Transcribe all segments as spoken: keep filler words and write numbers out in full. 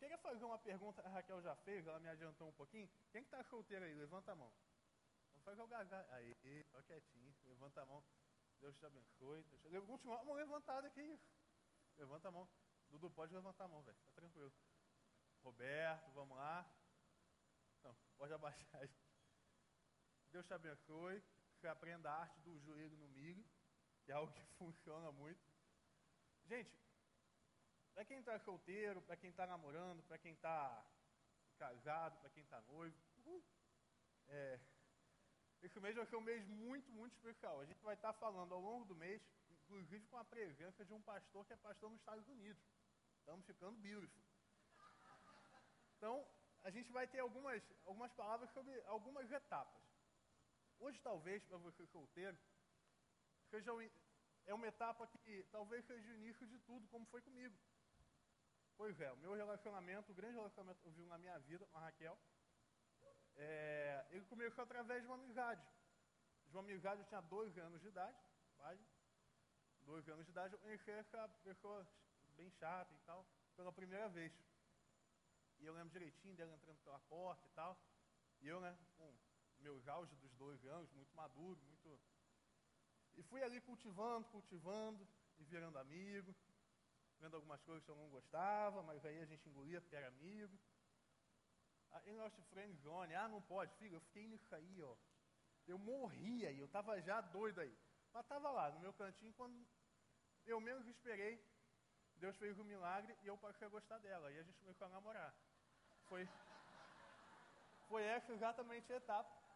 queria fazer uma pergunta, a Raquel já fez, ela me adiantou um pouquinho. Quem que tá solteiro aí? Levanta a mão. Vamos fazer o gaga. Aí, ó quietinho, levanta a mão. Deus te abençoe. Deus te... Continua a mão levantada aqui. Levanta a mão. Dudu, pode levantar a mão, velho. Tá tranquilo. Roberto, vamos lá. Não, pode abaixar. Deus te abençoe. Que aprenda a arte do joelho no milho, que é algo que funciona muito. Gente, para quem está solteiro, para quem está namorando, para quem está casado, para quem está noivo, uhul, é, esse mês vai ser um mês muito, muito especial. A gente vai estar falando ao longo do mês, inclusive com a presença de um pastor que é pastor nos Estados Unidos. Estamos ficando beautiful. Então, a gente vai ter algumas, algumas palavras sobre algumas etapas. Hoje, talvez, para você solteiro, seja um, é uma etapa que talvez seja o início de tudo, como foi comigo. Pois é, o meu relacionamento, o grande relacionamento que eu vi na minha vida com a Raquel, é, ele começou através de uma amizade. De uma amizade, eu tinha doze anos de idade, quase, doze anos de idade, eu conheci essa pessoa bem chata e tal, pela primeira vez. E eu lembro direitinho dela entrando pela porta e tal, e eu, né, com meus auge dos doze anos, muito maduro, muito... E fui ali cultivando, cultivando, e virando amigo, vendo algumas coisas que eu não gostava, mas aí a gente engolia porque era amigo. Aí nosso friend zone, ah, não pode, filho, eu fiquei nisso aí, ó. Eu morria aí, eu tava já doido aí. Mas tava lá, no meu cantinho, quando eu menos esperei, Deus fez um milagre e eu passei a gostar dela. E a gente começou a namorar. Foi, foi essa exatamente a etapa.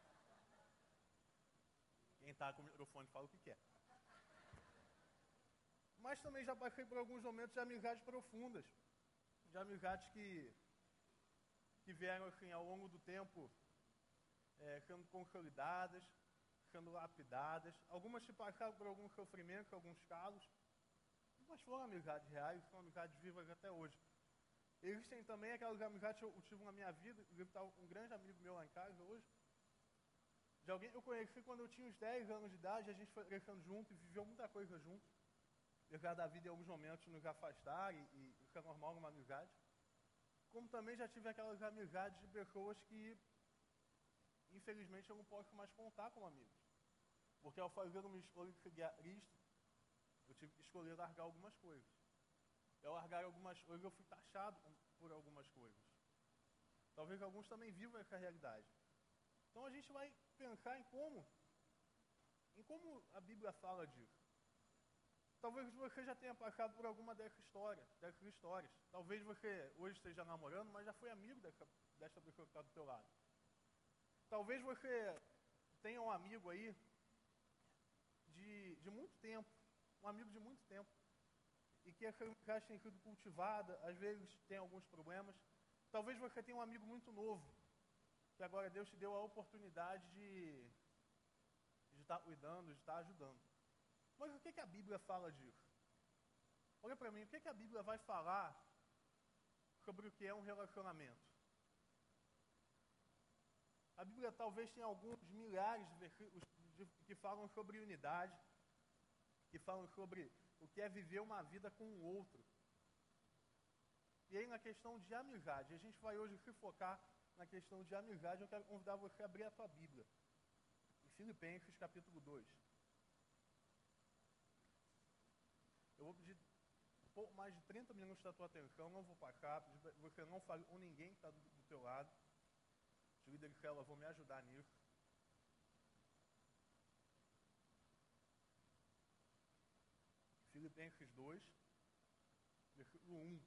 Quem está com o microfone fala o que quer. Mas também já passei por alguns momentos de amizades profundas. De amizades que, que vieram assim, ao longo do tempo é, sendo consolidadas, sendo lapidadas. Algumas se passaram por algum sofrimento, alguns calos. Mas foram amizades reais, são amizades vivas até hoje. Existem também aquelas amizades que eu tive na minha vida. Está um grande amigo meu lá em casa hoje. De alguém que eu conheci quando eu tinha uns dez anos de idade, a gente foi crescendo junto e viveu muita coisa junto. Apesar da vida em alguns momentos nos afastar, e, e isso é normal numa amizade. Como também já tive aquelas amizades de pessoas que, infelizmente, eu não posso mais contar como amigos. Porque ao fazer uma escolha de seguir a Cristo, eu tive que escolher largar algumas coisas. Ao largar algumas coisas, eu fui taxado por algumas coisas. Talvez alguns também vivam essa realidade. Então a gente vai pensar em como, em como a Bíblia fala disso. Talvez você já tenha passado por alguma dessas histórias, dessas histórias. Talvez você hoje esteja namorando, mas já foi amigo dessa, dessa pessoa que está do teu lado. Talvez você tenha um amigo aí de, de muito tempo, um amigo de muito tempo, e que essa amizade tem sido cultivada, às vezes tem alguns problemas. Talvez você tenha um amigo muito novo, que agora Deus te deu a oportunidade de, de estar cuidando, de estar ajudando. Mas o que, que a Bíblia fala disso? Olha para mim, o que, que a Bíblia vai falar sobre o que é um relacionamento? A Bíblia talvez tenha alguns milhares de versículos que falam sobre unidade, que falam sobre o que é viver uma vida com o outro. E aí na questão de amizade, a gente vai hoje se focar na questão de amizade. Eu quero convidar você a abrir a tua Bíblia, em Filipenses capítulo dois. Eu vou pedir um pouco mais de trinta minutos da tua atenção, não vou passar, você não fale com ninguém que está do, do teu lado. Os líderes de célula vão me ajudar nisso. Filipenses dois, versículo um.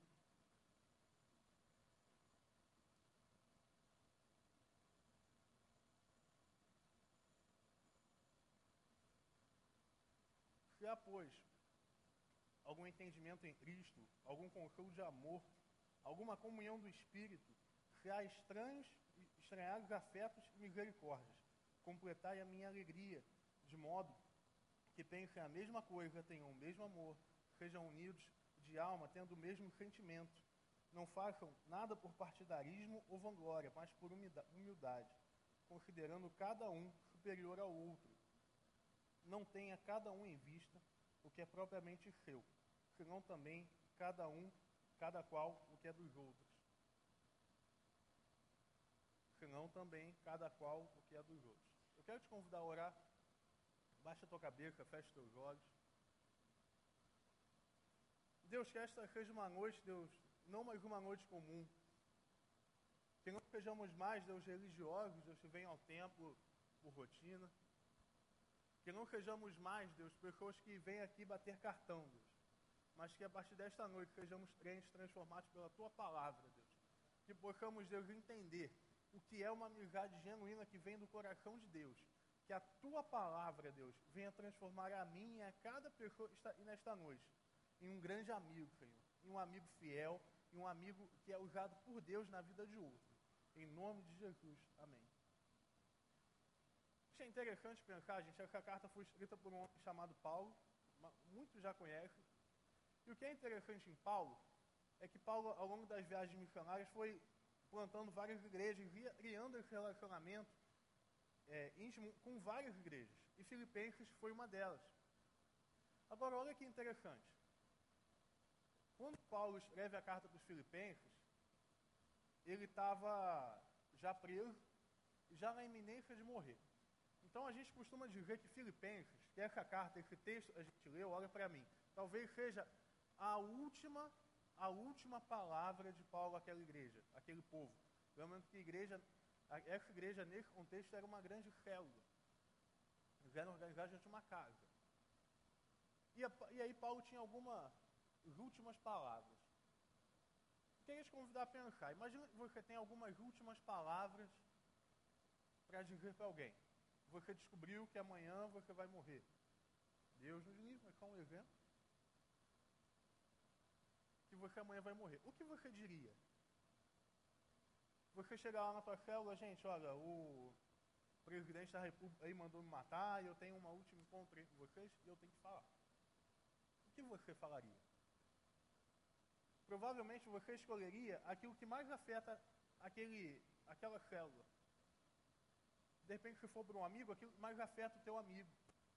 Se há, pois, algum entendimento em Cristo, algum consolo de amor, alguma comunhão do Espírito, se há estranhos, estranhados afetos e misericórdias, completai a minha alegria, de modo que pensem a mesma coisa, tenham o mesmo amor, sejam unidos de alma, tendo o mesmo sentimento. Não façam nada por partidarismo ou vanglória, mas por humildade, considerando cada um superior ao outro. Não tenha cada um em vista o que é propriamente seu, senão também cada um cada qual o que é dos outros. Senão também cada qual o que é dos outros. Eu quero te convidar a orar. Baixa a tua cabeça, fecha os teus olhos. Deus, que esta seja uma noite, Deus, não mais uma noite comum. Que não sejamos mais, Deus, religiosos, Deus, que venham ao templo por rotina. Que não sejamos mais, Deus, pessoas que vêm aqui bater cartão, Deus. Mas que a partir desta noite sejamos crentes transformados pela Tua palavra, Deus. Que possamos, Deus, entender o que é uma amizade genuína que vem do coração de Deus. Que a Tua palavra, Deus, venha transformar a mim e a cada pessoa que está nesta noite em um grande amigo, Senhor. Em um amigo fiel, em um amigo que é usado por Deus na vida de outro. Em nome de Jesus. Amém. Isso é interessante pensar, gente. Essa carta foi escrita por um homem chamado Paulo. Muitos já conhecem. E o que é interessante em Paulo é que Paulo, ao longo das viagens missionárias, foi plantando várias igrejas, criando esse relacionamento é, íntimo com várias igrejas. E Filipenses foi uma delas. Agora, olha que interessante. Quando Paulo escreve a carta para os Filipenses, ele estava já preso, já na iminência de morrer. Então a gente costuma dizer que Filipenses, que essa carta, esse texto a gente leu, olha para mim, talvez seja a última, a última palavra de Paulo àquela igreja, àquele povo. Lembrando que a igreja, essa igreja nesse contexto era uma grande célula. Eles eram organizados dentro de uma casa. E, a, e aí Paulo tinha algumas últimas palavras. Eu queria te convidar a pensar. Imagina que você tem algumas últimas palavras para dizer para alguém. Você descobriu que amanhã você vai morrer. Deus nos livre, mas só um exemplo. Que você amanhã vai morrer. O que você diria? Você chegar lá na sua célula, gente, olha, o presidente da República aí mandou me matar, e eu tenho uma última encontro com vocês, e eu tenho que falar. O que você falaria? Provavelmente você escolheria aquilo que mais afeta aquele, aquela célula. De repente, se for para um amigo, aquilo que mais afeta o teu amigo.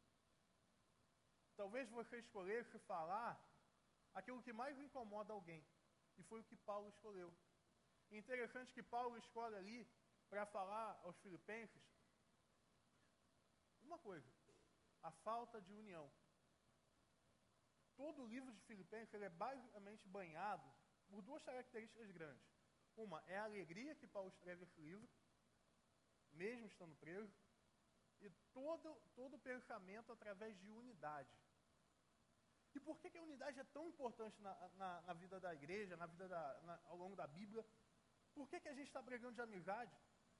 Talvez você escolhesse falar aquilo que mais incomoda alguém. E foi o que Paulo escolheu. E interessante que Paulo escolhe ali, para falar aos filipenses, uma coisa, a falta de união. Todo o livro de Filipenses ele é basicamente banhado por duas características grandes. Uma é a alegria que Paulo escreve esse livro, mesmo estando preso, e todo, todo pensamento através de unidade. E por que, que a unidade é tão importante na, na, na vida da igreja, na vida da, na, ao longo da Bíblia? Por que, que a gente está pregando de amizade?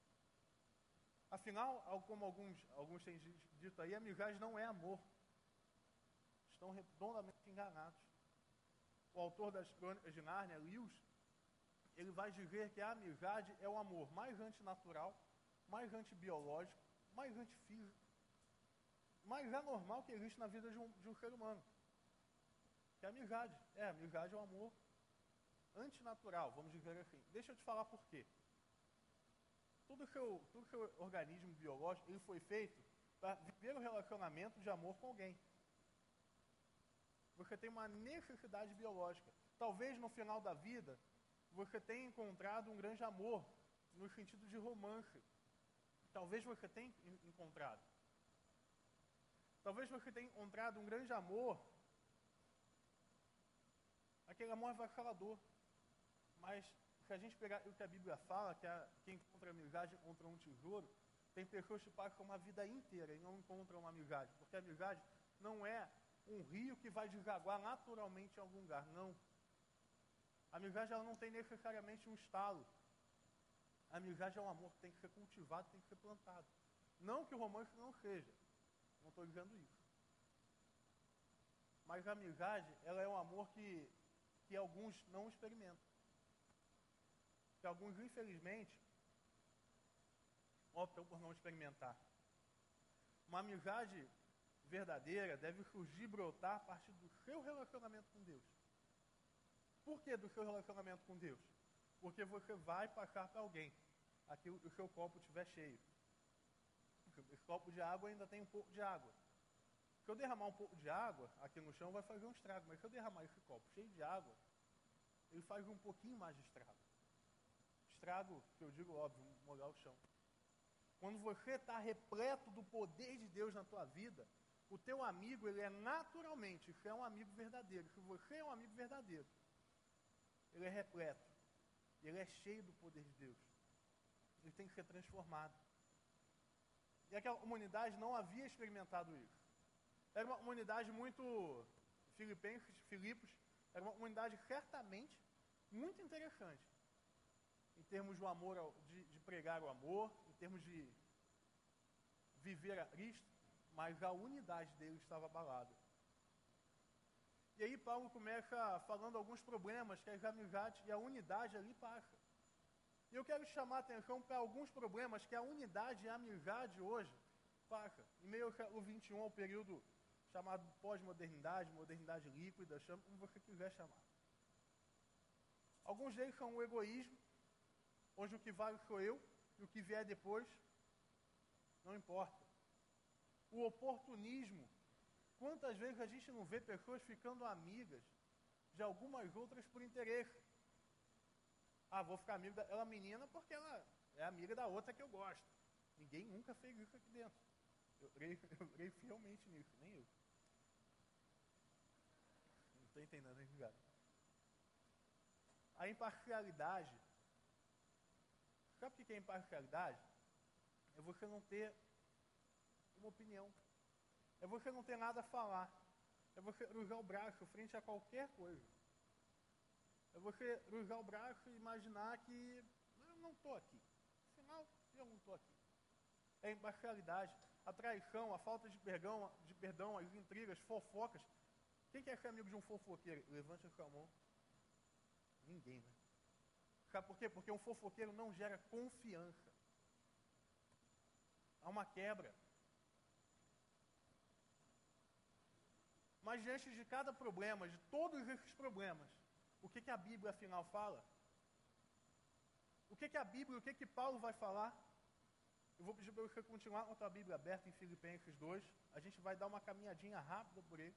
Afinal, como alguns, alguns têm dito aí, amizade não é amor. Estão redondamente enganados. O autor das Crônicas de Nárnia, Lewis, ele vai dizer que a amizade é o amor mais antinatural, mais antibiológico, mais antifísico, mais anormal que existe na vida de um, de um ser humano. Que é a amizade. É, a amizade é um amor antinatural, vamos dizer assim. Deixa eu te falar por quê. Todo o seu, todo o seu organismo biológico ele foi feito para viver um relacionamento de amor com alguém. Você tem uma necessidade biológica. Talvez no final da vida, você tenha encontrado um grande amor, no sentido de romance. Talvez você tenha encontrado. Talvez você tenha encontrado um grande amor, aquele amor avassalador. Mas, se a gente pegar o que a Bíblia fala, que a, quem encontra amizade encontra um tesouro, tem pessoas que passam uma vida inteira e não encontram uma amizade. Porque a amizade não é um rio que vai desaguar naturalmente em algum lugar. Não. A amizade ela não tem necessariamente um estalo. A amizade é um amor que tem que ser cultivado, tem que ser plantado. Não que o romance não seja. Não estou dizendo isso. Mas a amizade, ela é um amor que, que alguns não experimentam. Que alguns, infelizmente, optam por não experimentar. Uma amizade verdadeira deve surgir, brotar a partir do seu relacionamento com Deus. Por que do seu relacionamento com Deus? Porque você vai passar para alguém aqui o seu copo estiver cheio. Esse copo de água ainda tem um pouco de água. Se eu derramar um pouco de água aqui no chão vai fazer um estrago, mas se eu derramar esse copo cheio de água, ele faz um pouquinho mais de estrago. Estrago, que eu digo, óbvio, molhar o chão. Quando você está repleto do poder de Deus na tua vida, o teu amigo, ele é naturalmente, isso é um amigo verdadeiro. Se você é um amigo verdadeiro, ele é repleto, ele é cheio do poder de Deus. Ele tem que ser transformado. E aquela comunidade não havia experimentado isso. Era uma comunidade muito, Filipenses, Filipos, era uma comunidade certamente muito interessante. Em termos do amor, ao, de, de pregar o amor, em termos de viver a Cristo, mas a unidade deles estava abalada. E aí Paulo começa falando alguns problemas que as amizades e a unidade ali passam. E eu quero chamar a atenção para alguns problemas que a unidade e a amizade hoje passam. Em meio ao século vinte e um, ao período chamado pós-modernidade, modernidade líquida, chama como você quiser chamar. Alguns deles são o egoísmo, onde o que vale sou eu, e o que vier depois, não importa. O oportunismo, quantas vezes a gente não vê pessoas ficando amigas de algumas outras por interesse? Ah, vou ficar amigo daquela menina porque ela é amiga da outra que eu gosto. Ninguém nunca fez isso aqui dentro. Eu creio, eu creio fielmente nisso, nem eu. Não estou entendendo, hein, cara? A imparcialidade. Sabe o que é imparcialidade? É você não ter uma opinião. É você não ter nada a falar. É você cruzar o braço frente a qualquer coisa. É você cruzar o braço e imaginar que eu não estou aqui. Afinal, eu não estou aqui. É a imparcialidade, a traição, a falta de perdão, de perdão, as intrigas, fofocas. Quem quer ser amigo de um fofoqueiro? Levante a sua mão. Ninguém, né? Sabe por quê? Porque um fofoqueiro não gera confiança. Há uma quebra. Mas diante de cada problema, de todos esses problemas, o que, que a Bíblia afinal fala? O que, que a Bíblia, o que, que Paulo vai falar? Eu vou pedir para você continuar com a tua Bíblia aberta em Filipenses dois. A gente vai dar uma caminhadinha rápida por ele.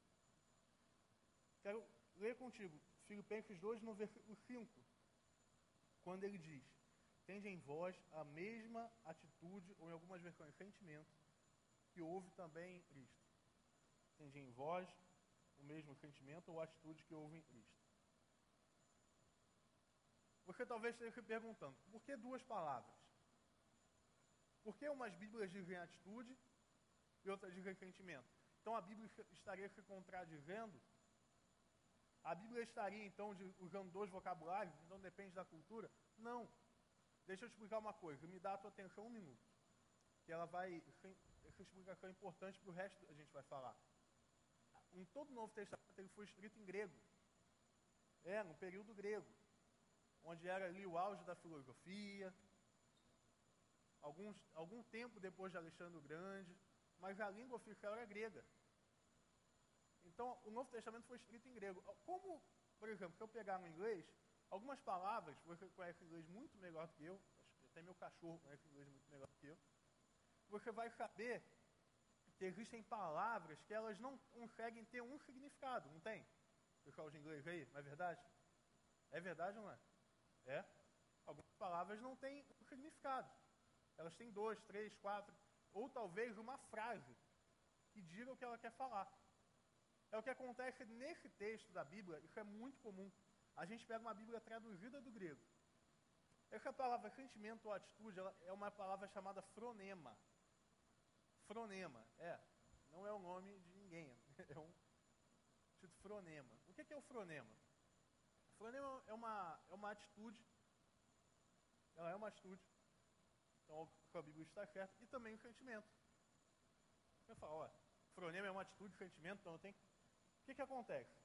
Quero ler contigo Filipenses dois, no versículo cinco. Quando ele diz: tende em vós a mesma atitude, ou em algumas versões, sentimento, que houve também em Cristo. Tende em vós o mesmo sentimento ou atitude que houve em Cristo. Você talvez esteja se perguntando, por que duas palavras? Por que umas Bíblias dizem atitude e outras dizem sentimento? Então a Bíblia estaria se contradizendo? A Bíblia estaria então de, usando dois vocabulários, então depende da cultura? Não. Deixa eu te explicar uma coisa, me dá a tua atenção um minuto. Que ela vai, essa explicação é importante para o resto que a gente vai falar. Em todo o Novo Testamento ele foi escrito em grego. É, no período grego. Onde era ali o auge da filosofia, alguns, algum tempo depois de Alexandre o Grande, mas a língua oficial era grega. Então, o Novo Testamento foi escrito em grego. Como, por exemplo, se eu pegar no inglês, algumas palavras, você conhece inglês muito melhor do que eu, acho que até meu cachorro conhece inglês muito melhor do que eu, você vai saber que existem palavras que elas não conseguem ter um significado, não tem? Pessoal de inglês aí, não é verdade? É verdade ou não é? É? Algumas palavras não têm um significado. Elas têm dois, três, quatro, ou talvez uma frase que diga o que ela quer falar. É o que acontece nesse texto da Bíblia, isso é muito comum. A gente pega uma Bíblia traduzida do grego. Essa palavra sentimento ou atitude, ela é uma palavra chamada fronema. Fronema, é. Não é o nome de ninguém, é um tipo fronema. O que é o fronema? Fronema é uma, é uma atitude, ela é uma atitude, então a Bíblia está certa, e também o sentimento. Eu falo, ó, fronema é uma atitude, sentimento, então tem. O que que acontece?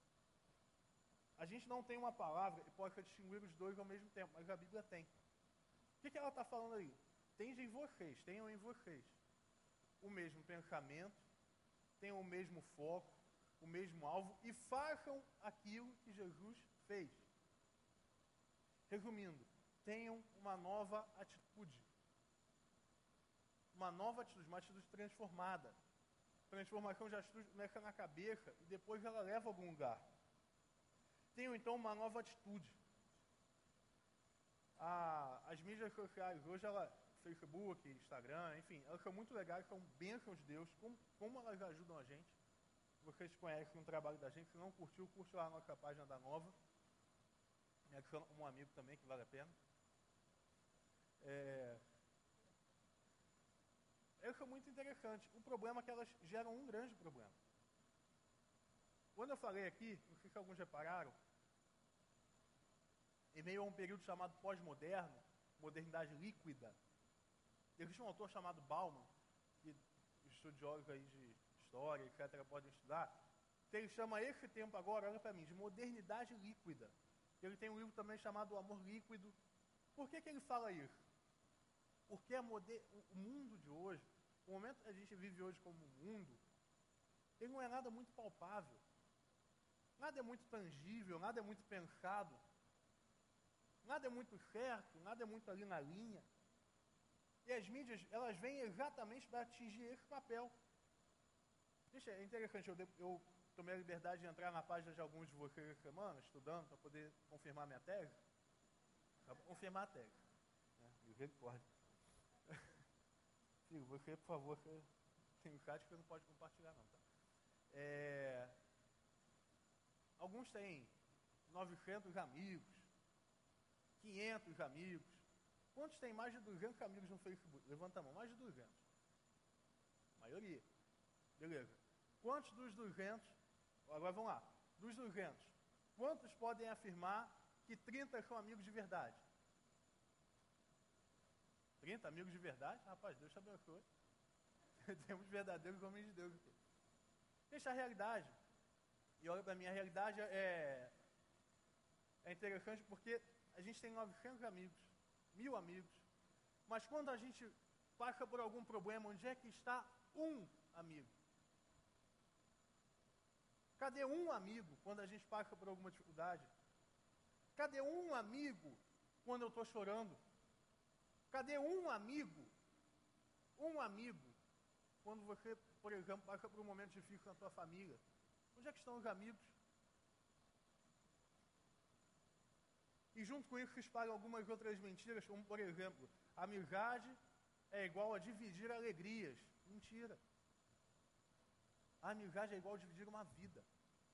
A gente não tem uma palavra que possa distinguir os dois ao mesmo tempo, mas a Bíblia tem. O que que ela está falando aí? Tende em vocês, tenham em vocês o mesmo pensamento, tenham o mesmo foco, o mesmo alvo e façam aquilo que Jesus fez. Resumindo, tenham uma nova atitude. Uma nova atitude, uma atitude transformada. Transformação de atitude começa na cabeça e depois ela leva a algum lugar. tenham então uma nova atitude. A, as mídias sociais hoje, ela, Facebook, Instagram, enfim, elas são muito legais, são bênçãos de Deus, como, como elas ajudam a gente. Vocês conhecem o trabalho da gente, se não curtiu, curte lá a nossa página da Nova. Me adiciona como um amigo também, que vale a pena. É... Elas são muito interessantes. O problema é que elas geram um grande problema. Quando eu falei aqui, não sei se alguns repararam, em meio a um período chamado pós-moderno, modernidade líquida, existe um autor chamado Bauman, que os estudiosos aí de história, etcétera, podem estudar, que ele chama esse tempo agora, olha para mim, de modernidade líquida. Ele tem um livro também chamado O Amor Líquido. Por que que ele fala isso? Porque a moder... o mundo de hoje, o momento que a gente vive hoje como mundo, ele não é nada muito palpável. Nada é muito tangível, nada é muito pensado. Nada é muito certo, nada é muito ali na linha. E as mídias, elas vêm exatamente para atingir esse papel. Deixa, é interessante, eu, eu tomei a liberdade de entrar na página de alguns de vocês essa semana, estudando, para poder confirmar minha tese. Para confirmar a tese. Né? Misericórdia. Filho, você, por favor, você tem um chat que você não pode compartilhar, não, tá? É, alguns têm novecentos amigos, quinhentos amigos. Quantos têm mais de duzentos amigos no Facebook? Levanta a mão, mais de duzentos. Maioria. Beleza. Quantos dos duzentos, agora vamos lá, dos duzentos, quantos podem afirmar que trinta são amigos de verdade? trinta amigos de verdade? Rapaz, Deus te abençoe. Temos verdadeiros homens de Deus aqui. Deixa a realidade. E olha para mim, a realidade é, é interessante porque a gente tem novecentos amigos, mil amigos, mas quando a gente passa por algum problema, onde é que está um amigo? Cadê um amigo quando a gente passa por alguma dificuldade? Cadê um amigo quando eu estou chorando? Cadê um amigo? Um amigo quando você, por exemplo, passa por um momento difícil na sua família. Onde é que estão os amigos? E junto com isso se espalham algumas outras mentiras, como por exemplo, a amizade é igual a dividir alegrias. Mentira. A amizade é igual a dividir uma vida.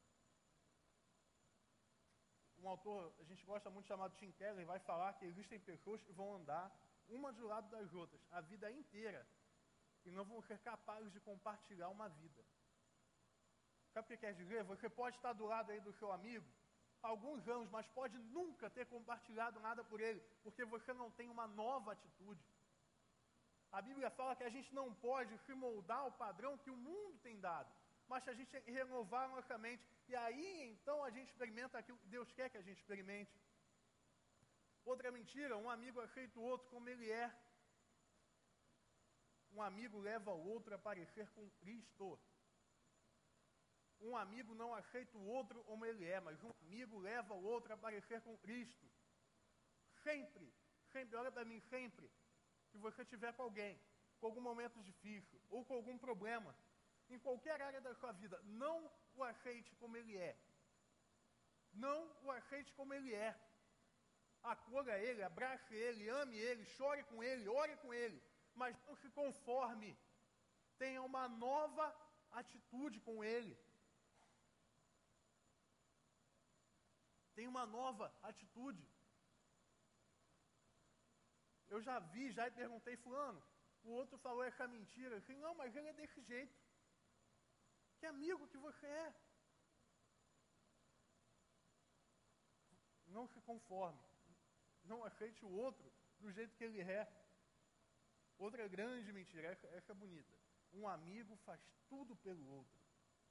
Um autor, a gente gosta muito, chamado Tim Keller, vai falar que existem pessoas que vão andar uma do lado das outras, a vida inteira, e não vão ser capazes de compartilhar uma vida. Sabe o que quer dizer? Você pode estar do lado aí do seu amigo há alguns anos, mas pode nunca ter compartilhado nada por ele, porque você não tem uma nova atitude. A Bíblia fala que a gente não pode se moldar ao padrão que o mundo tem dado, mas que a gente tem que renovar a nossa mente, e aí então a gente experimenta aquilo que Deus quer que a gente experimente. Outra mentira, um amigo aceita o outro como ele é. Um amigo leva o outro a parecer com Cristo. Um amigo não aceita o outro como ele é, mas um amigo leva o outro a parecer com Cristo. Sempre, sempre, olha para mim, sempre que você tiver com alguém, com algum momento difícil, ou com algum problema, em qualquer área da sua vida, não o aceite como ele é. Não o aceite como ele é. Acolha ele, abrace ele, ame ele, chore com ele, ore com ele, mas não se conforme. Tenha uma nova atitude com ele. Tenha uma nova atitude. Eu já vi, já perguntei fulano, o outro falou essa mentira, eu falei, não, mas ele é desse jeito. Que amigo que você é. Não se conforme. Não aceite o outro do jeito que ele é. Outra grande mentira, essa, essa é bonita. Um amigo faz tudo pelo outro.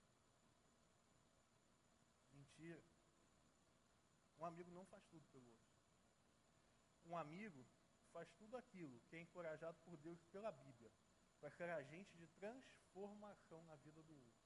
Mentira. Um amigo não faz tudo pelo outro. Um amigo faz tudo aquilo que é encorajado por Deus e pela Bíblia, para ser agente de transformação na vida do outro.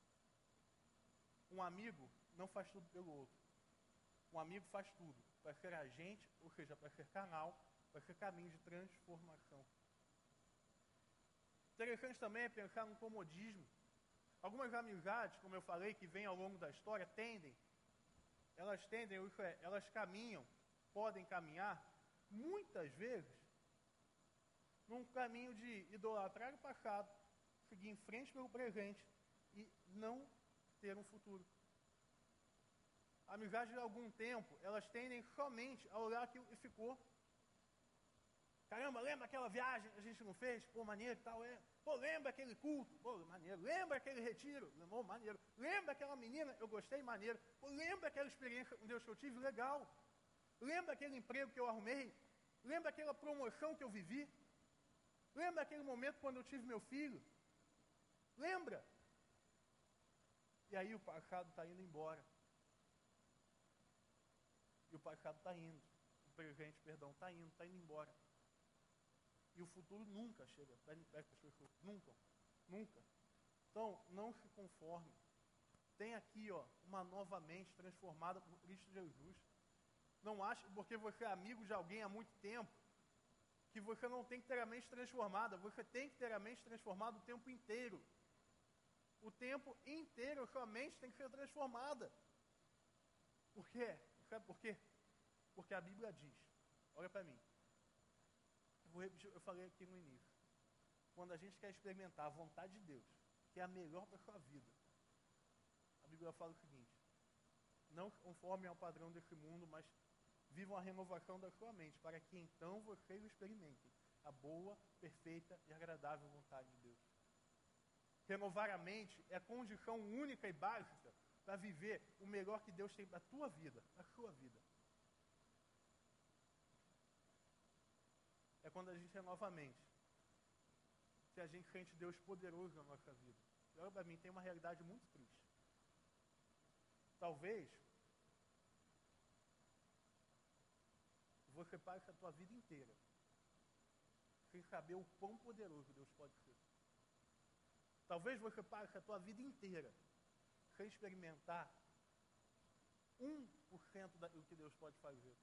Um amigo não faz tudo pelo outro. Um amigo faz tudo para ser agente, ou seja, para ser canal, para ser caminho de transformação. Interessante também é pensar no comodismo. Algumas amizades, como eu falei, que vêm ao longo da história, tendem elas tendem, isso é, elas caminham, podem caminhar, muitas vezes, num caminho de idolatrar o passado, seguir em frente pelo presente e não ter um futuro. A amizade de algum tempo, elas tendem somente a olhar aquilo que ficou. Caramba, lembra aquela viagem que a gente não fez? Pô, maneiro e tal, é. Pô, lembra aquele culto? Pô, maneiro. Lembra aquele retiro? Pô, maneiro. Lembra aquela menina? Eu gostei, maneiro. Pô, lembra aquela experiência com Deus que eu tive? Legal. Lembra aquele emprego que eu arrumei? Lembra aquela promoção que eu vivi? Lembra aquele momento quando eu tive meu filho? Lembra? E aí o passado está indo embora. E o passado está indo. O presente, perdão, está indo, está indo embora. E o futuro nunca chega perto das pessoas. Nunca. Nunca. Então, não se conforme. Tem aqui, ó, uma nova mente transformada por Cristo Jesus. Não ache, porque você é amigo de alguém há muito tempo, que você não tem que ter a mente transformada. Você tem que ter a mente transformada o tempo inteiro. O tempo inteiro a sua mente tem que ser transformada. Por quê? Sabe por quê? Porque a Bíblia diz, olha para mim, eu, vou repetir, eu falei aqui no início, quando a gente quer experimentar a vontade de Deus, que é a melhor para a sua vida, a Bíblia fala o seguinte, não se conformem ao padrão desse mundo, mas vivam a renovação da sua mente, para que então vocês experimentem a boa, perfeita e agradável vontade de Deus. Renovar a mente é a condição única e básica para viver o melhor que Deus tem para a tua vida, para a sua vida. É quando a gente renova a mente. Se a gente sente Deus poderoso na nossa vida. E olha para mim, tem uma realidade muito triste. Talvez você passe a tua vida inteira sem saber o quão poderoso Deus pode ser. Talvez você passe a tua vida inteira sem experimentar um por cento do que Deus pode fazer.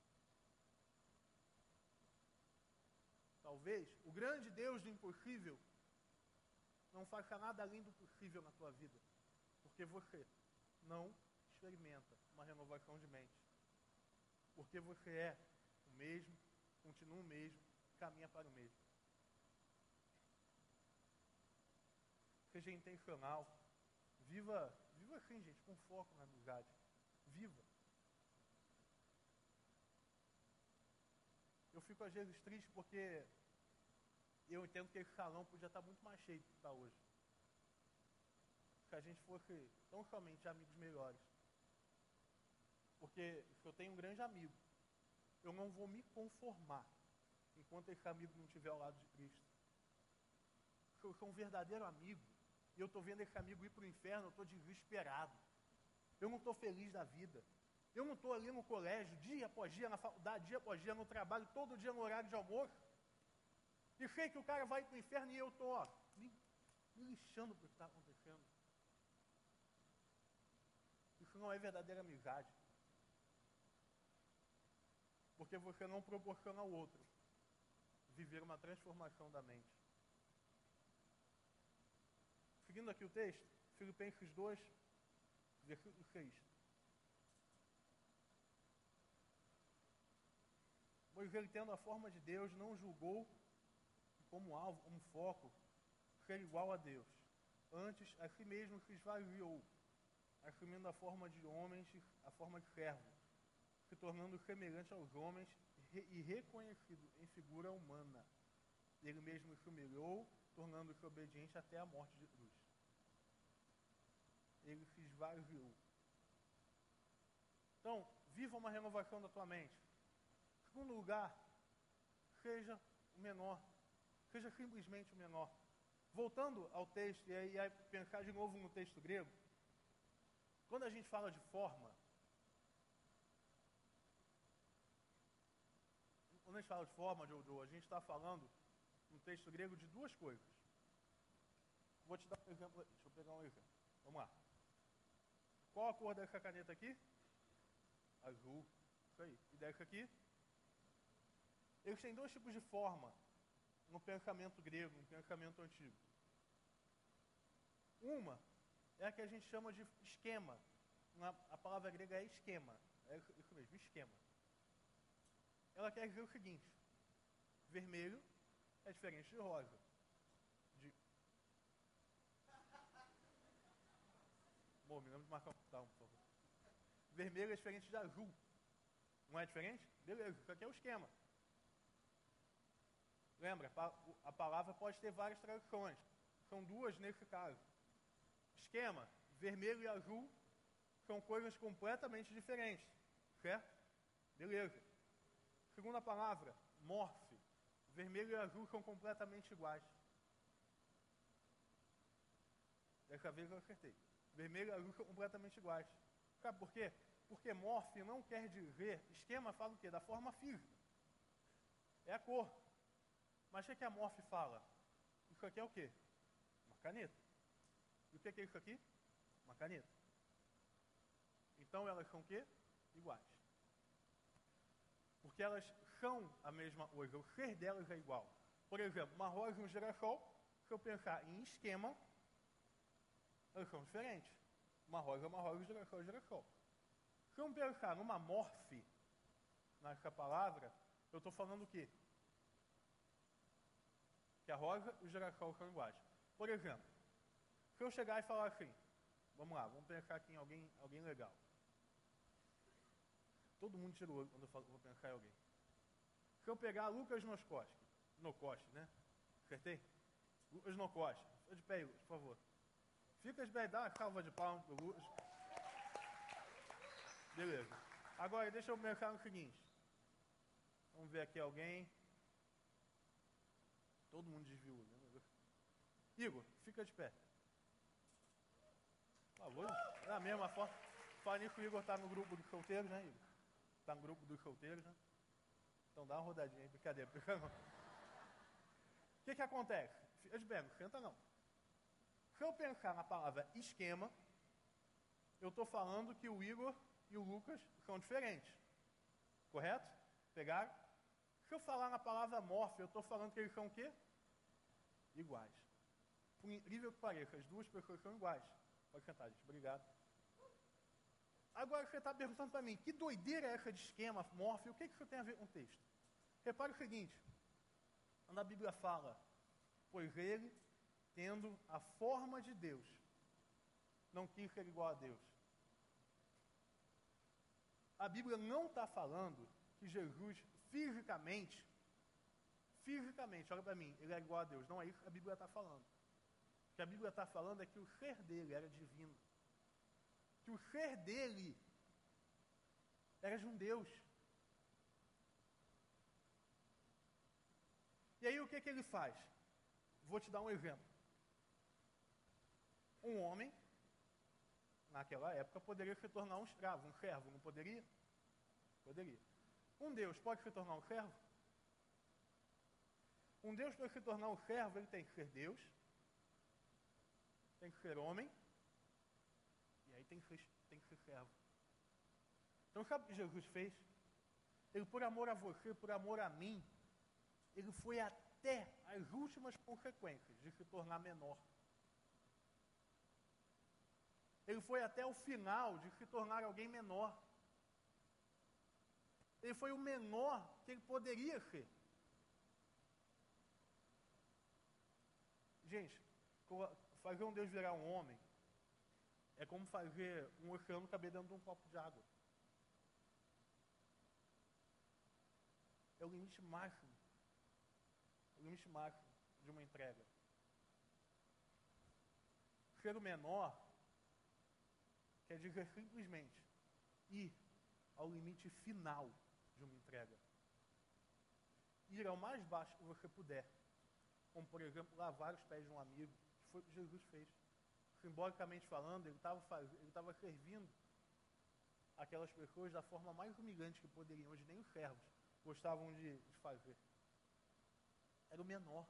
Talvez o grande Deus do impossível não faça nada além do possível na tua vida, porque você não experimenta uma renovação de mente. Porque você é o mesmo, continua o mesmo, caminha para o mesmo. Seja intencional. Viva, viva assim, gente, com foco na amizade. Viva. Eu fico às vezes triste porque eu entendo que esse salão podia estar muito mais cheio do que está hoje. Se a gente fosse tão somente amigos melhores. Porque se eu tenho um grande amigo, eu não vou me conformar enquanto esse amigo não estiver ao lado de Cristo. Se eu sou um verdadeiro amigo, e eu estou vendo esse amigo ir para o inferno, eu estou desesperado. Eu não estou feliz da vida. Eu não estou ali no colégio, dia após dia, na faculdade, dia após dia, no trabalho, todo dia no horário de almoço. E sei que o cara vai para o inferno e eu estou, ó, me, me lixando para o que está acontecendo. Isso não é verdadeira amizade. Porque você não proporciona ao outro viver uma transformação da mente. Seguindo aqui o texto, Filipenses dois, versículo seis. Pois ele, tendo a forma de Deus, não julgou como alvo, como foco, ser igual a Deus. Antes, a si mesmo se esvaziou, assumindo a forma de homens, a forma de servo, se tornando semelhante aos homens e reconhecido em figura humana. Ele mesmo se humilhou, tornando-se obediente até a morte de cruz. Ele se esvaziou. Então, viva uma renovação da tua mente. Segundo lugar, seja o menor. Seja simplesmente o menor. Voltando ao texto, e aí, aí pensar de novo no texto grego, quando a gente fala de forma, quando a gente fala de forma, Jojo, a gente está falando no texto grego de duas coisas. Vou te dar um exemplo, deixa eu pegar um exemplo. Vamos lá. Qual a cor dessa caneta aqui? Azul. Isso aí. E dessa aqui? Eles têm dois tipos de forma no pensamento grego, no pensamento antigo. Uma é a que a gente chama de esquema, na, a palavra grega é esquema. É isso mesmo, esquema. Ela quer dizer o seguinte: vermelho é diferente de rosa. De... Bom, me lembro de marcar um calma, por favor. Vermelho é diferente de azul. Não é diferente? Beleza, isso aqui é o esquema. Lembra, a palavra pode ter várias traduções. São duas nesse caso. Esquema, vermelho e azul são coisas completamente diferentes. Certo? Beleza. Segunda palavra, morfe. Vermelho e azul são completamente iguais. Dessa vez eu acertei. Vermelho e azul são completamente iguais. Sabe por quê? Porque morfe não quer dizer... Esquema fala o quê? Da forma física. É a cor. Mas o que a morfe fala? Isso aqui é o quê? Uma caneta. E o que é isso aqui? Uma caneta. Então elas são o quê? Iguais. Porque elas são a mesma coisa. O ser delas é igual. Por exemplo, uma rosa e um girassol, se eu pensar em esquema, elas são diferentes. Uma rosa é uma rosa, um girassol é um girassol. Se eu pensar numa morfe, nessa palavra, eu estou falando o quê? Que a rosa e o girassol são iguais. Por exemplo, se eu chegar e falar assim, vamos lá, vamos pensar aqui em alguém, alguém legal. Todo mundo tirou o olho quando eu falo, vou pensar em alguém. Se eu pegar Lucas Nocoste, Nocoste, né? Acertei? Lucas Nocoste. Fica de pé, por favor. Fica de pé, dá uma salva de palmas pro Lucas. Beleza. Agora, deixa eu pensar no seguinte. Vamos ver aqui alguém. Todo mundo desviou, né? Igor, fica de pé. Por favor. É a mesma forma. Fala nisso que o Igor está no grupo dos solteiros, né, Igor? Está no grupo dos solteiros, né? Então dá uma rodadinha aí, brincadeira. O que que acontece? Fica de pé, não senta não. Se eu pensar na palavra esquema, eu estou falando que o Igor e o Lucas são diferentes. Correto? Pegaram? Se eu falar na palavra morfe, eu estou falando que eles são o quê? Iguais. Por incrível que pareça, as duas pessoas são iguais. Pode sentar, gente. Obrigado. Agora você está perguntando para mim, que doideira é essa de esquema, morfe? O que, que isso tem a ver com o texto? Repare o seguinte, quando a Bíblia fala, pois ele, tendo a forma de Deus, não quis ser igual a Deus. A Bíblia não está falando que Jesus fisicamente, fisicamente, olha para mim, ele é igual a Deus. Não é isso que a Bíblia está falando. O que a Bíblia está falando é que o ser dele era divino. Que o ser dele era de um Deus. E aí o que, que ele faz? Vou te dar um exemplo. Um homem, naquela época, poderia se tornar um escravo, um servo, não poderia? Poderia. Um Deus pode se tornar um servo? Um Deus, para se tornar um servo, ele tem que ser Deus, tem que ser homem, e aí tem que ser, tem que ser servo. Então, sabe o que Jesus fez? Ele, por amor a você, por amor a mim, ele foi até as últimas consequências de se tornar menor. Ele foi até o final de se tornar alguém menor. Ele foi o menor que ele poderia ser. Gente, fazer um Deus virar um homem é como fazer um oceano caber dentro de um copo de água. É o limite máximo. O limite máximo de uma entrega. Ser o menor quer dizer simplesmente ir ao limite final de uma entrega. Ir ao mais baixo que você puder. Como, por exemplo, lavar os pés de um amigo, que foi o que Jesus fez. Simbolicamente falando, ele estava ele estava servindo aquelas pessoas da forma mais humilhante que poderiam, onde nem os servos gostavam de, de fazer. Era o menor.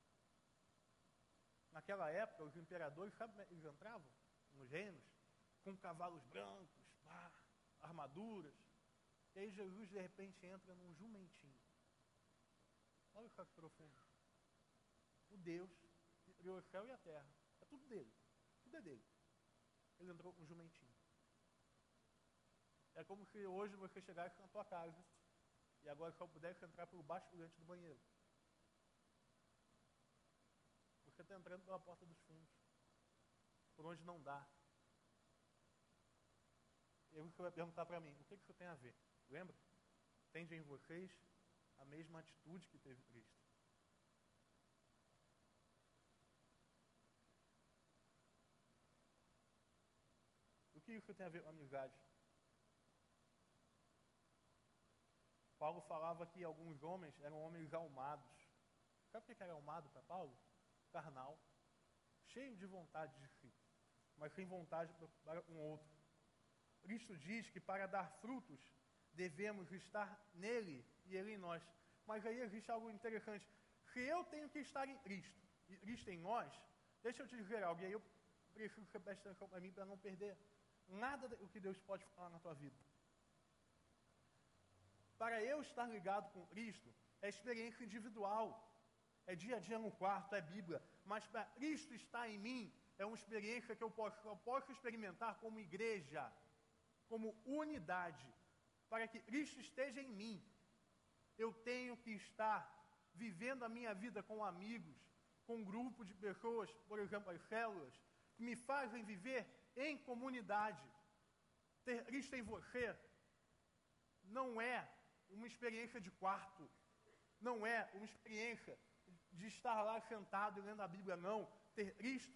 Naquela época, os imperadores, sabe como eles entravam nos reinos? Com cavalos brancos, pá, armaduras. E aí Jesus, de repente, entra num jumentinho. Olha só que profundo. O Deus que criou o céu e a terra. É tudo dele. Tudo é dele. Ele entrou com um jumentinho. É como se hoje você chegasse na tua casa e agora só pudesse entrar pelo basculante do banheiro. Você está entrando pela porta dos fundos, por onde não dá. E aí você vai perguntar para mim, o que isso tem a ver? Lembra? Tende em vocês a mesma atitude que teve Cristo. O que isso tem a ver com amizade? Paulo falava que alguns homens eram homens almados. Sabe o que era almado para Paulo? Carnal, cheio de vontade de si, mas sem vontade para um outro. Cristo diz que para dar frutos, devemos estar nele e ele em nós. Mas aí existe algo interessante. Se eu tenho que estar em Cristo, e Cristo em nós, deixa eu te dizer algo, e aí eu preciso que você preste atenção para mim para não perder nada do que Deus pode falar na tua vida. Para eu estar ligado com Cristo, é experiência individual, é dia a dia no quarto, é Bíblia, mas para Cristo estar em mim, é uma experiência que eu posso, eu posso experimentar como igreja, como unidade. Para que Cristo esteja em mim, eu tenho que estar vivendo a minha vida com amigos, com um grupo de pessoas, por exemplo, as células, que me fazem viver em comunidade. Ter Cristo em você não é uma experiência de quarto, não é uma experiência de estar lá sentado lendo a Bíblia, não. Ter Cristo,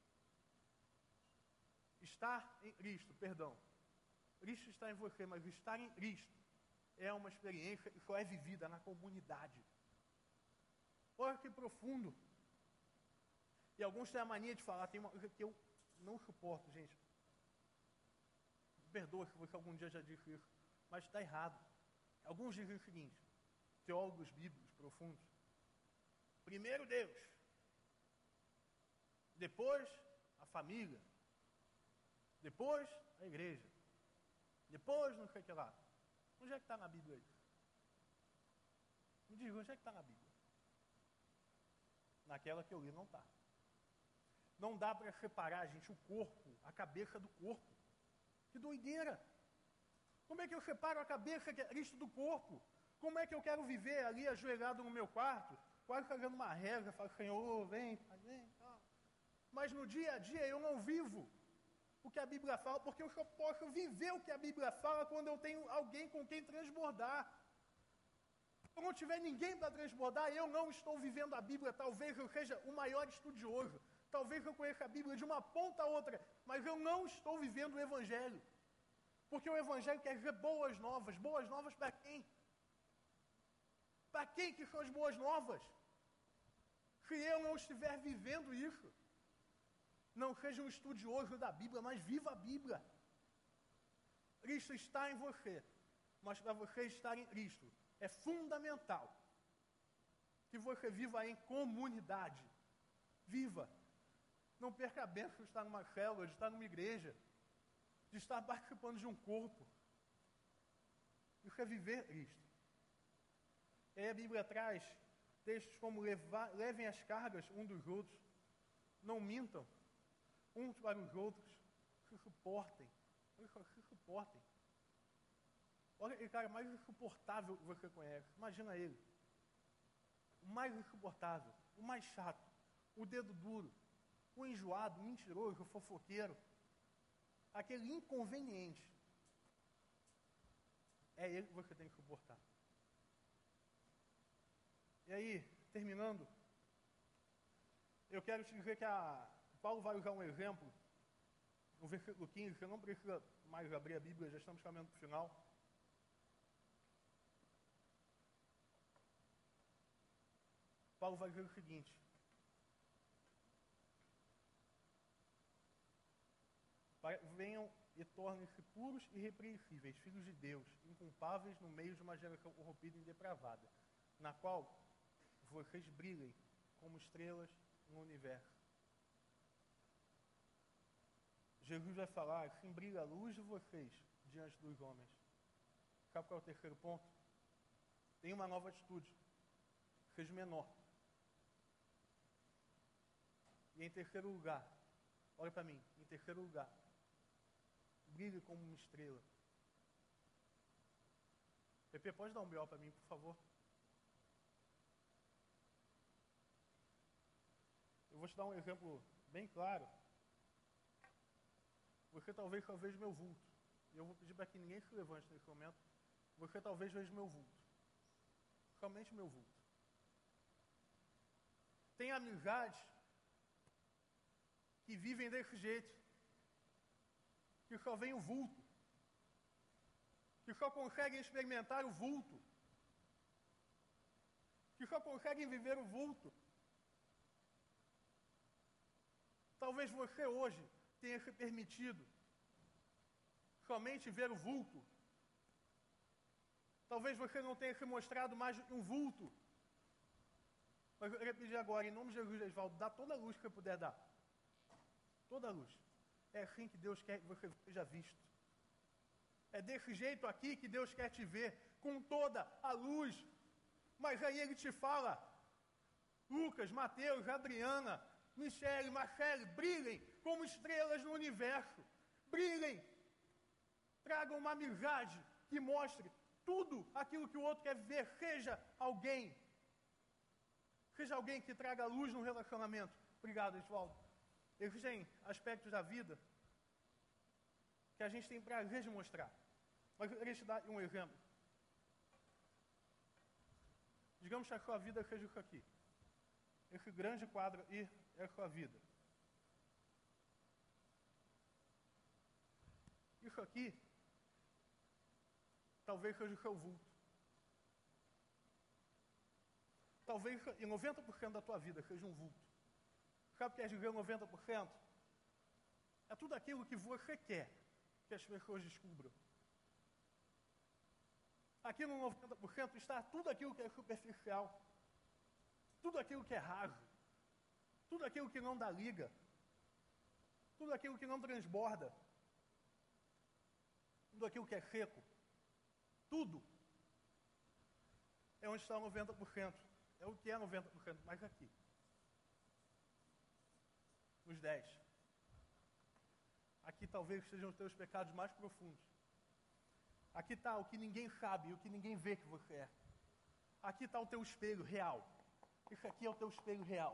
estar em Cristo, perdão. Cristo está em você, mas estar em Cristo é uma experiência que só é vivida na comunidade. Olha que profundo. E alguns têm a mania de falar, tem uma coisa que eu não suporto, gente. Perdoa se você algum dia já disse isso, mas está errado. Alguns dizem o seguinte, teólogos bíblicos profundos. Primeiro Deus, depois a família, depois a igreja, depois não sei o que lá. Onde é que está na Bíblia isso? Me diga, onde é que está na Bíblia? Naquela que eu li não está. Não dá para separar, gente, o corpo, a cabeça do corpo. Que doideira! Como é que eu separo a cabeça que é Cristo do corpo? Como é que eu quero viver ali ajoelhado no meu quarto, quase fazendo uma reza, falo, Senhor, vem, vem, tá. Mas no dia a dia eu não vivo o que a Bíblia fala, porque eu só posso viver o que a Bíblia fala quando eu tenho alguém com quem transbordar. Se eu não tiver ninguém para transbordar, eu não estou vivendo a Bíblia. Talvez eu seja o maior estudioso, talvez eu conheça a Bíblia de uma ponta a outra, mas eu não estou vivendo o Evangelho. Porque o Evangelho quer dizer boas novas. Boas novas para quem? Para quem que são as boas novas? Se eu não estiver vivendo isso, não seja um estudioso da Bíblia, mas viva a Bíblia. Cristo está em você, mas para você estar em Cristo, é fundamental que você viva em comunidade. Viva. Não perca a bênção de estar numa célula, de estar numa igreja, de estar participando de um corpo. Isso é viver Cristo. E aí a Bíblia traz textos como levar, levem as cargas um dos outros, não mintam uns para os outros, se suportem. Se suportem. Olha aquele cara mais insuportável que você conhece. Imagina ele. O mais insuportável, o mais chato, o dedo duro, o enjoado, o mentiroso, o fofoqueiro, aquele inconveniente. É ele que você tem que suportar. E aí, terminando, eu quero te dizer que a, Paulo vai usar um exemplo, no versículo quinze, você não precisa mais abrir a Bíblia, já estamos caminhando para o final. Paulo vai dizer o seguinte: venham e tornem-se puros e irrepreensíveis, filhos de Deus, inculpáveis no meio de uma geração corrompida e depravada, na qual vocês brilhem como estrelas no universo. Jesus vai falar, assim brilha a luz de vocês diante dos homens. Sabe qual é o terceiro ponto? Tem uma nova atitude. Seja menor. E em terceiro lugar, olha para mim, em terceiro lugar, brilhe como uma estrela. Pepe, pode dar um B O para mim, por favor? Eu vou te dar um exemplo bem claro. Você talvez só veja meu vulto. E eu vou pedir para que ninguém se levante nesse momento. Você talvez veja meu vulto. Somente meu vulto. Tem amizades que vivem desse jeito. Que só veem o vulto. Que só conseguem experimentar o vulto. Que só conseguem viver o vulto. Talvez você hoje tenha se permitido somente ver o vulto. Talvez você não tenha se mostrado mais um vulto. Mas eu queria pedir agora, em nome de Jesus, Esvaldo, dá toda a luz que você puder dar. Toda a luz. É assim que Deus quer que você seja visto. É desse jeito aqui que Deus quer te ver, com toda a luz. Mas aí Ele te fala, Lucas, Mateus, Adriana, Michele, Marcele, brilhem como estrelas no universo. Brilhem. Tragam uma amizade que mostre tudo aquilo que o outro quer ver. Seja alguém. Seja alguém que traga luz no relacionamento. Obrigado, Esvaldo. Existem aspectos da vida que a gente tem prazer de mostrar. Mas eu queria te dar um exemplo. Digamos que a sua vida seja isso aqui. Esse grande quadro aí é a sua vida. Isso aqui, talvez seja o seu vulto. Talvez em noventa por cento da tua vida seja um vulto. Sabe o que é dizer noventa por cento? É tudo aquilo que você quer que as pessoas descubram. Aqui no noventa por cento está tudo aquilo que é superficial. Tudo aquilo que é raso. Tudo aquilo que não dá liga. Tudo aquilo que não transborda. Tudo aquilo que é seco. Tudo. É onde está o noventa por cento. É o que é noventa por cento, mas aqui. Os dez. Aqui talvez sejam os teus pecados mais profundos. Aqui está o que ninguém sabe e o que ninguém vê que você é. Aqui está o teu espelho real. Isso aqui é o teu espelho real.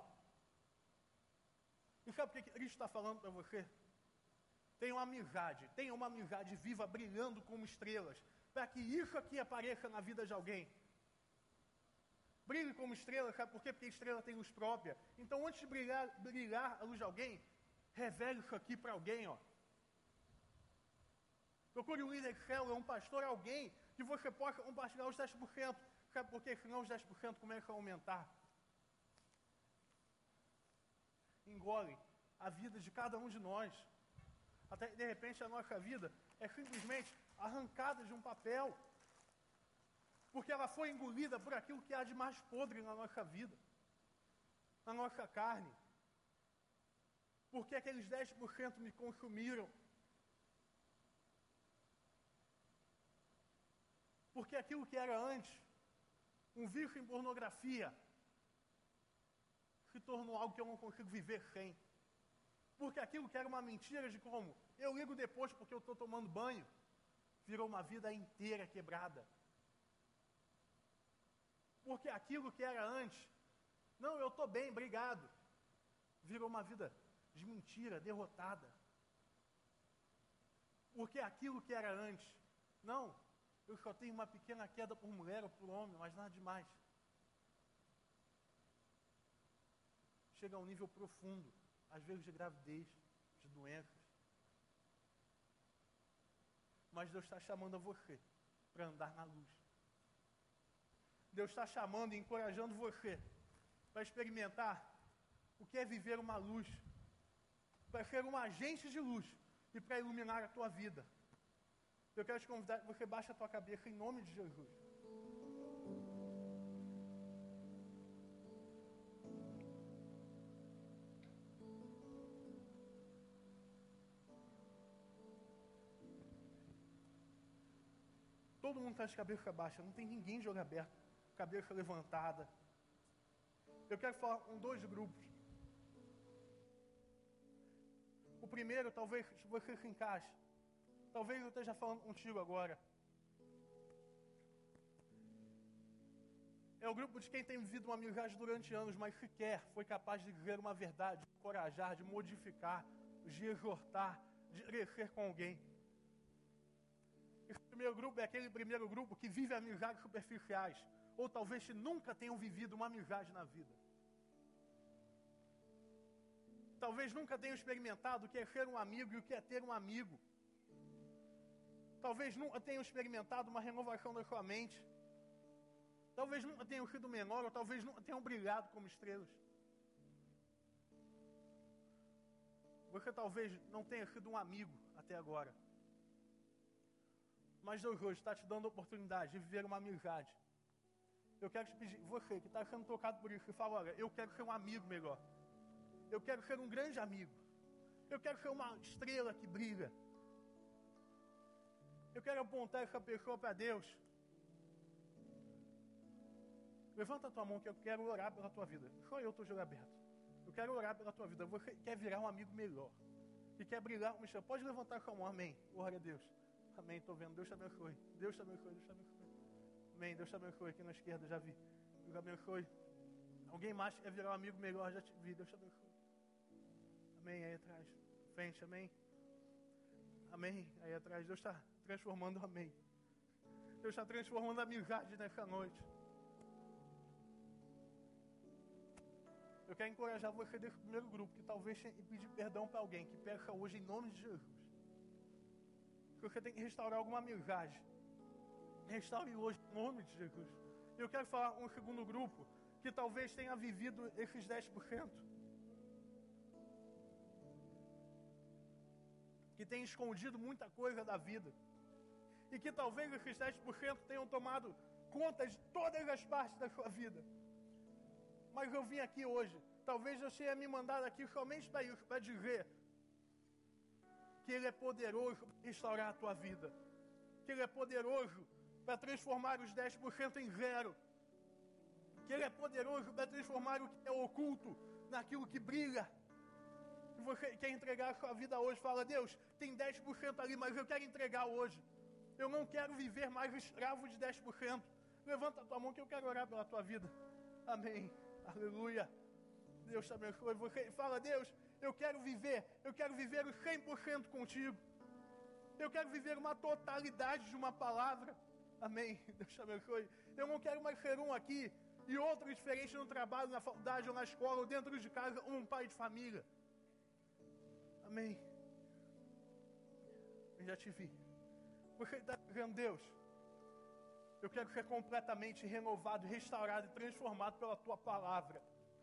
E sabe o que Cristo está falando para você? Tenha uma amizade, tenha uma amizade viva, brilhando como estrelas, para que isso aqui apareça na vida de alguém. Brilhe como estrela, sabe por quê? Porque a estrela tem luz própria. Então, antes de brilhar, brilhar a luz de alguém, revele isso aqui para alguém, ó. Procure um líder célula, um pastor, alguém que você possa compartilhar os dez por cento. Sabe por quê? Senão os dez por cento começam a aumentar. Engole a vida de cada um de nós. Até de repente a nossa vida é simplesmente arrancada de um papel. Porque ela foi engolida por aquilo que há de mais podre na nossa vida. Na nossa carne. Porque aqueles dez por cento me consumiram. Porque aquilo que era antes, um vício em pornografia, se tornou algo que eu não consigo viver sem. Porque aquilo que era uma mentira de como eu ligo depois porque eu estou tomando banho, virou uma vida inteira quebrada. Porque aquilo que era antes, não, eu estou bem, obrigado, virou uma vida de mentira, derrotada. Porque aquilo que era antes, não, eu só tenho uma pequena queda por mulher ou por homem, mas nada demais. Chega a um nível profundo, às vezes de gravidez, de doenças. Mas Deus está chamando a você para andar na luz. Deus está chamando e encorajando você para experimentar o que é viver uma luz, para ser um agente de luz e para iluminar a tua vida. Eu quero te convidar que você baixe a tua cabeça em nome de Jesus. Todo mundo está de cabeça baixa, não tem ninguém de olho aberto, cabeça levantada. Eu quero falar com dois grupos. O primeiro, talvez você se encaixe. Talvez eu esteja falando contigo agora. É o grupo de quem tem vivido uma amizade durante anos, mas sequer foi capaz de viver uma verdade, de encorajar, de modificar, de exortar, de crescer com alguém. Esse primeiro grupo é aquele primeiro grupo que vive amizades superficiais, ou talvez que nunca tenham vivido uma amizade na vida. Talvez nunca tenham experimentado o que é ser um amigo e o que é ter um amigo. Talvez nunca tenham experimentado uma renovação da sua mente. Talvez nunca tenham sido menor, ou talvez nunca tenham brilhado como estrelas. Você talvez não tenha sido um amigo até agora. Mas Deus hoje está te dando a oportunidade de viver uma amizade. Eu quero te pedir, você que está sendo tocado por isso, que fala, olha, eu quero ser um amigo melhor. Eu quero ser um grande amigo. Eu quero ser uma estrela que brilha. Eu quero apontar essa pessoa para Deus. Levanta a tua mão que eu quero orar pela tua vida. Só eu estou de olho aberto. Eu quero orar pela tua vida. Você quer virar um amigo melhor. E quer brilhar como estrela. Pode levantar a sua mão. Amém. Glória a Deus. Amém. Estou vendo. Deus te abençoe. Deus te abençoe. Deus te abençoe. Amém. Deus te abençoe. Aqui na esquerda, já vi. Deus te abençoe. Alguém mais quer virar um amigo melhor? Já te vi. Deus te abençoe. Amém. Aí atrás. Frente. Amém. Amém. Aí atrás. Deus está transformando. Amém. Deus está transformando a amizade nessa noite. Eu quero encorajar você desse primeiro grupo, que talvez tenha que pedir perdão para alguém, que peça hoje em nome de Jesus. Que você tem que restaurar alguma amizade. Restaure hoje em nome de Jesus. Eu quero falar um segundo grupo, que talvez tenha vivido esses dez por cento. Que tenha escondido muita coisa da vida. E que talvez esses dez por cento tenham tomado conta de todas as partes da sua vida. Mas eu vim aqui hoje, talvez eu tenha me mandado aqui somente para isso, para dizer que Ele é poderoso para restaurar a tua vida. Que Ele é poderoso para transformar os dez por cento em zero. Que Ele é poderoso para transformar o que é oculto naquilo que brilha. E você quer entregar a sua vida hoje, fala, Deus, tem dez por cento ali, mas eu quero entregar hoje. Eu não quero viver mais escravo de dez por cento. Levanta a tua mão que eu quero orar pela tua vida. Amém. Aleluia. Deus te abençoe. Você fala, Deus, eu quero viver, eu quero viver os cem por cento contigo. Eu quero viver uma totalidade de uma palavra. Amém. Deus te abençoe. Eu não quero mais ser um aqui e outro diferente no trabalho, na faculdade ou na escola ou dentro de casa, um pai de família. Amém. Eu já te vi. Você está dizendo, Deus, eu quero ser completamente renovado, restaurado e transformado pela tua palavra.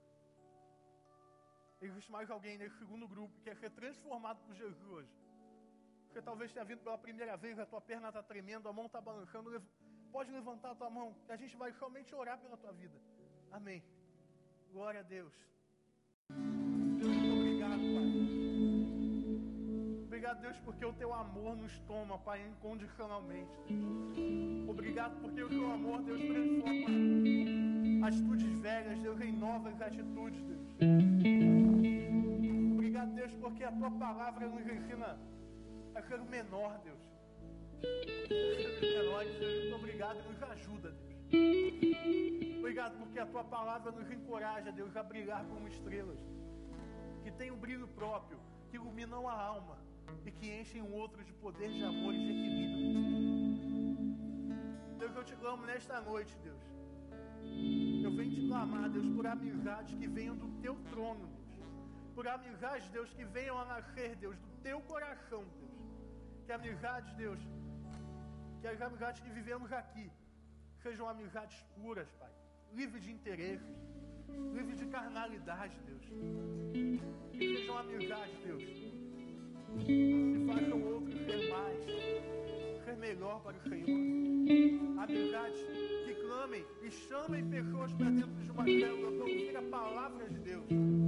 Existe mais alguém nesse segundo grupo que quer ser transformado por Jesus hoje. Você talvez tenha vindo pela primeira vez, a tua perna está tremendo, a mão está balançando. Pode levantar a tua mão, que a gente vai somente orar pela tua vida. Amém. Glória a Deus. Deus, muito obrigado, Pai. Obrigado, Deus, porque o teu amor nos toma, Pai, incondicionalmente. Obrigado porque o teu amor, Deus, transforma atitudes velhas, Deus, em novas atitudes, Deus. Obrigado, Deus, porque a tua palavra nos ensina a ser o menor, Deus. Ser os menores, Deus, muito obrigado e nos ajuda, Deus. Obrigado porque a tua palavra nos encoraja, Deus, a brilhar como estrelas. Que tem um brilho próprio, que iluminam a alma e que enchem um outro de poder, de amor e de equilíbrio. Deus, eu te clamo nesta noite, Deus. Eu venho te clamar, Deus, por amizades que venham do teu trono, Deus. Por amizades, Deus, que venham a nascer, Deus, do teu coração, Deus. Que amizades, Deus, que as amizades que vivemos aqui sejam amizades puras, Pai. Livres de interesses, livres de carnalidade, Deus. Que sejam amizades, Deus, que façam o outro ser mais, ser melhor para o Senhor. Amizades que clamem e chamem pessoas para dentro de uma célula para ouvir a palavra de Deus.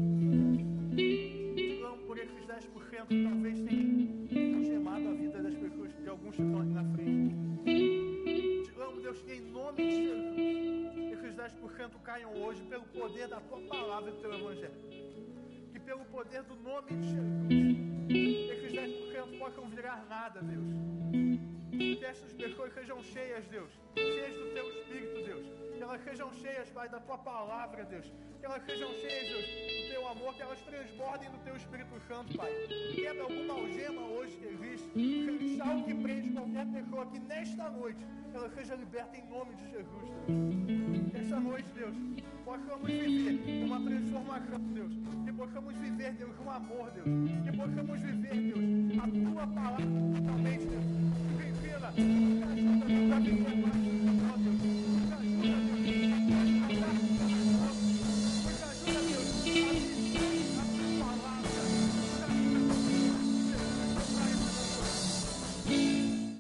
Clamo por esses dez por cento que talvez tenham gemado a vida das pessoas, de alguns que estão aqui na frente. Te clamo, Deus, que em nome de Jesus, esses dez por cento caiam hoje pelo poder da tua palavra e do teu evangelho. Que pelo poder do nome de Jesus, esses dez por cento possam virar nada, Deus. Que essas pessoas sejam cheias, Deus, cheias do teu Espírito, Deus. Que elas sejam cheias, Pai, da Tua palavra, Deus. Que elas sejam cheias, Deus, do Teu amor, que elas transbordem do Teu Espírito Santo, Pai. Quebra alguma algema hoje que existe, algo que prende qualquer pessoa, que nesta noite ela seja liberta em nome de Jesus, Deus. Que esta noite, Deus, possamos viver uma transformação, Deus. Que possamos viver, Deus, um amor, Deus. Que possamos viver, Deus, a Tua palavra totalmente, Deus. Que ensina